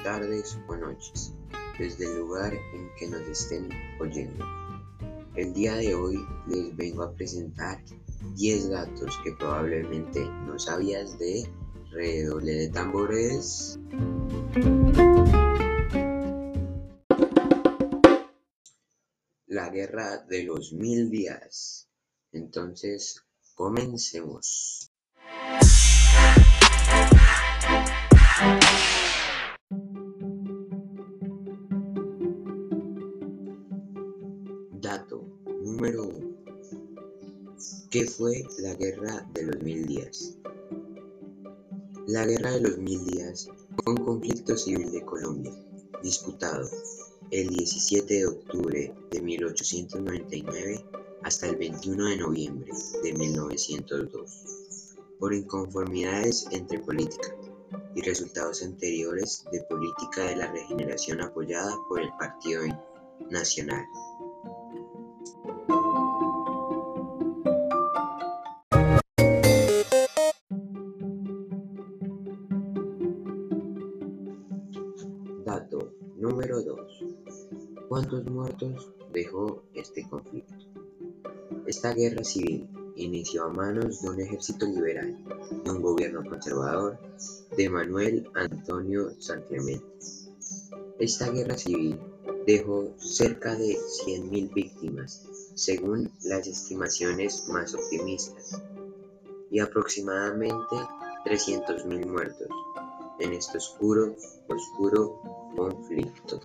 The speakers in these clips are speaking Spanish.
tardes o noches, desde el lugar en que nos estén oyendo. El día de hoy les vengo a presentar 10 datos que probablemente no sabías de redoble de tambores. La guerra de los 1000 días. Entonces, comencemos. Dato número 1. ¿Qué fue la Guerra de los 1000 días? La Guerra de los 1000 días fue un conflicto civil de Colombia, disputado el 17 de octubre de 1899 hasta el 21 de noviembre de 1902, por inconformidades entre política y resultados anteriores de política de la regeneración apoyada por el Partido Nacional. Dato número 2. ¿Cuántos muertos dejó este conflicto? Esta guerra civil inició a manos de un ejército liberal y un gobierno conservador de Manuel Antonio Sanclemente. Esta guerra civil dejó cerca de 100.000 víctimas, según las estimaciones más optimistas, y aproximadamente 300.000 muertos en este oscuro conflicto.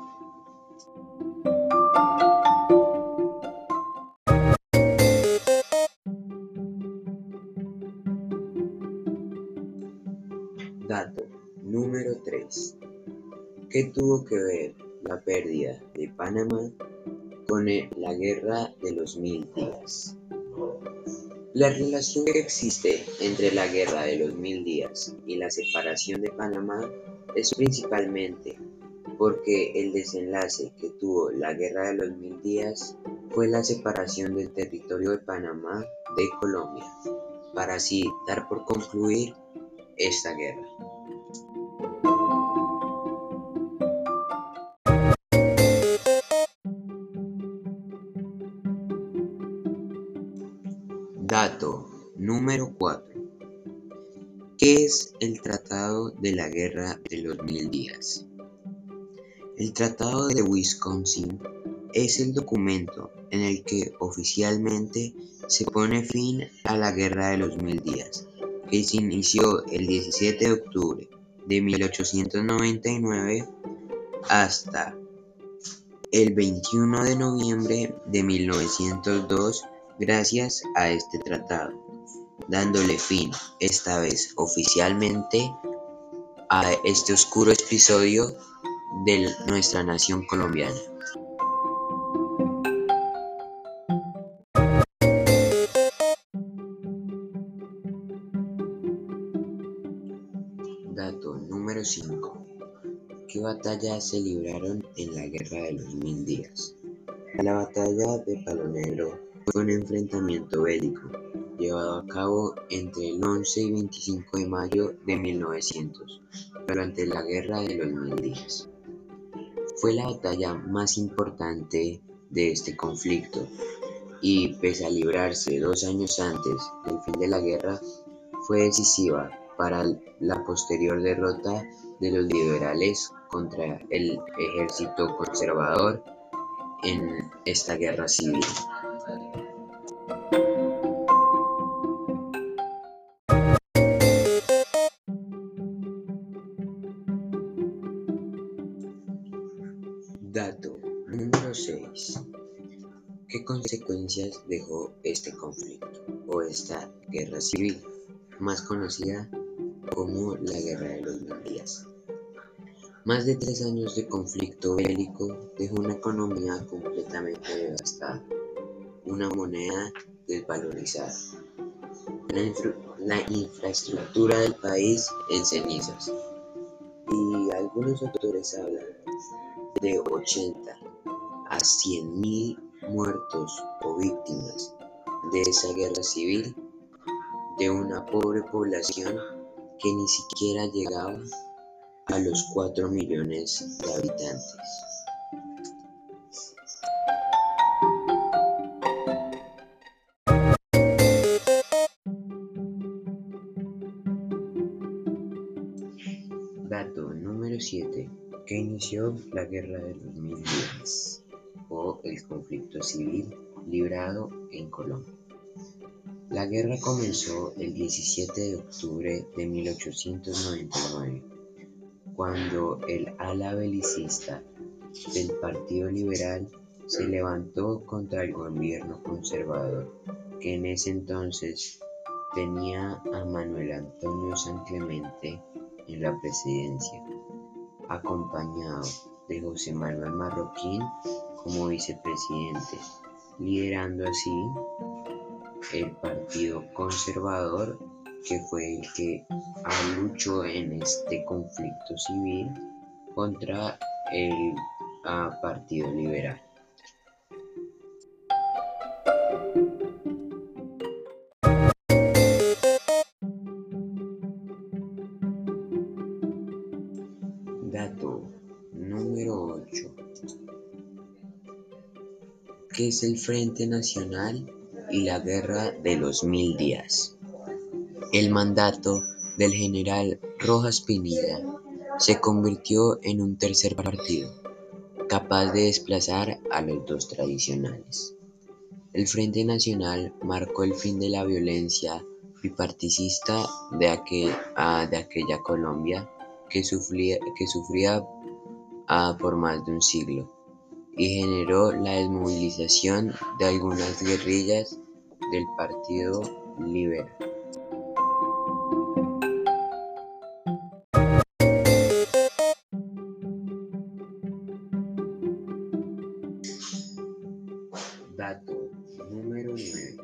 Dato número 3. ¿Qué tuvo que ver la pérdida de Panamá con la Guerra de los 1000 días? La relación que existe entre la Guerra de los 1000 días y la separación de Panamá es principalmente porque el desenlace que tuvo la Guerra de los 1000 días fue la separación del territorio de Panamá de Colombia, para así dar por concluir esta guerra. Dato número 4. ¿Qué es el Tratado de la Guerra de los 1000 días? El Tratado de Wisconsin es el documento en el que oficialmente se pone fin a la Guerra de los 1000 días, que se inició el 17 de octubre de 1899 hasta el 21 de noviembre de 1902, gracias a este tratado, dándole fin, esta vez oficialmente, a este oscuro episodio de nuestra nación colombiana. Dato número 5. ¿Qué batallas se libraron en la Guerra de los 1000 días? La batalla de Palo Negro fue un enfrentamiento bélico llevado a cabo entre el 11 y 25 de mayo de 1900, durante la Guerra de los 1000 días. Fue la batalla más importante de este conflicto y, pese a librarse 2 años antes del fin de la guerra, fue decisiva para la posterior derrota de los liberales contra el ejército conservador en esta guerra civil. Dato número 6. ¿Qué consecuencias dejó este conflicto o esta guerra civil, más conocida como la Guerra de los 1000 días? Más de 3 años de conflicto bélico dejó una economía completamente devastada, una moneda desvalorizada, la infraestructura del país en cenizas, y algunos autores hablan de 80 a 100.000 muertos o víctimas de esa guerra civil, de una pobre población que ni siquiera llegaba a los 4 millones de habitantes. Dato número 7, que inició la Guerra de los 1000 días o el conflicto civil librado en Colombia. La guerra comenzó el 17 de octubre de 1899, cuando el ala belicista del Partido Liberal se levantó contra el gobierno conservador, que en ese entonces tenía a Manuel Antonio Sanclemente en la presidencia, acompañado de José Manuel Marroquín como vicepresidente, liderando así el Partido Conservador, que fue el que luchó en este conflicto civil contra el Partido Liberal. Dato número 8, ¿qué es el Frente Nacional y la Guerra de los 1000 días? El mandato del general Rojas Pinilla se convirtió en un tercer partido, capaz de desplazar a los dos tradicionales. El Frente Nacional marcó el fin de la violencia bipartidista de aquella Colombia que sufría por más de un siglo, y generó la desmovilización de algunas guerrillas del Partido Liberal. Dato número 9.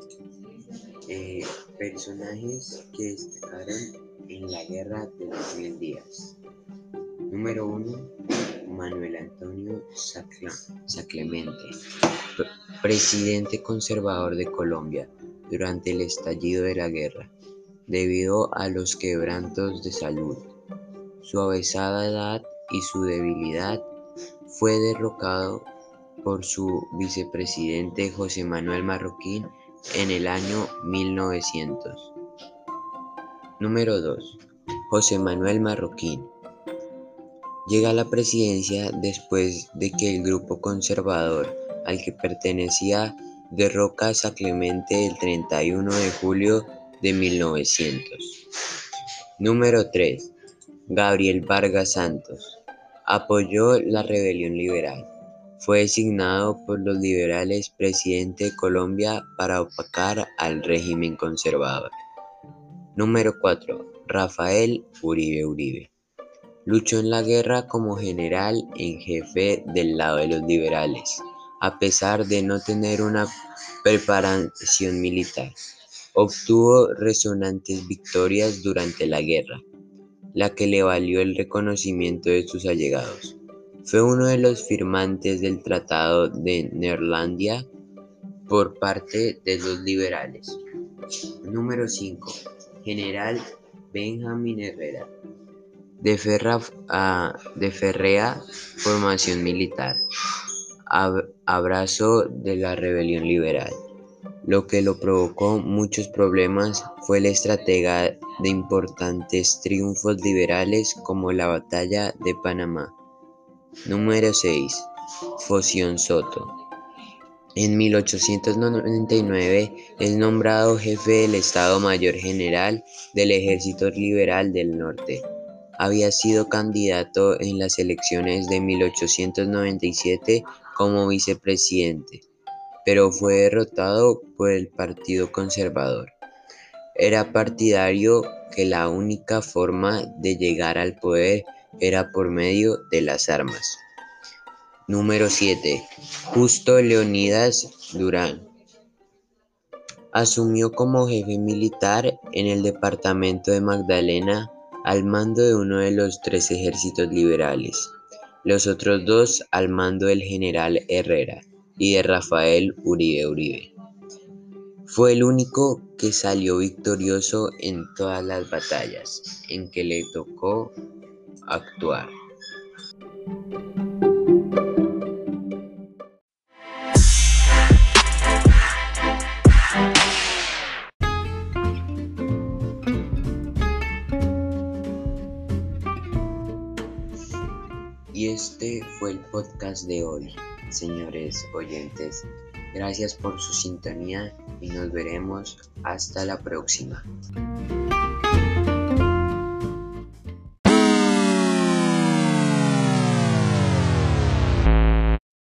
Personajes que destacaron en la Guerra de los 1000 días. Número 1. Manuel Antonio Sanclemente, presidente conservador de Colombia durante el estallido de la guerra, debido a los quebrantos de salud, su avanzada edad y su debilidad. Fue derrocado por su vicepresidente José Manuel Marroquín en el año 1900. Número 2. José Manuel Marroquín llega a la presidencia después de que el grupo conservador al que pertenecía derroca a Sanclemente el 31 de julio de 1900. Número 3. Gabriel Vargas Santos apoyó la rebelión liberal. Fue designado por los liberales presidente de Colombia para opacar al régimen conservador. Número 4. Rafael Uribe Uribe. Luchó en la guerra como general en jefe del lado de los liberales, a pesar de no tener una preparación militar. Obtuvo resonantes victorias durante la guerra, la que le valió el reconocimiento de sus allegados. Fue uno de los firmantes del Tratado de Neerlandia por parte de los liberales. Número 5. General Benjamín Herrera. De férrea formación militar, abrazo de la rebelión liberal. Lo que lo provocó muchos problemas fue la estratega de importantes triunfos liberales como la Batalla de Panamá. Número 6. Foción Soto. En 1899 es nombrado jefe del Estado Mayor General del Ejército Liberal del Norte. Había sido candidato en las elecciones de 1897 como vicepresidente, pero fue derrotado por el Partido Conservador. Era partidario que la única forma de llegar al poder era por medio de las armas. Número 7. Justo Leonidas Durán. Asumió como jefe militar en el departamento de Magdalena al mando de uno de los 3 ejércitos liberales, los otros 2 al mando del general Herrera y de Rafael Uribe Uribe. Fue el único que salió victorioso en todas las batallas en que le tocó actuar. Y este fue el podcast de hoy, señores oyentes. Gracias por su sintonía y nos veremos hasta la próxima.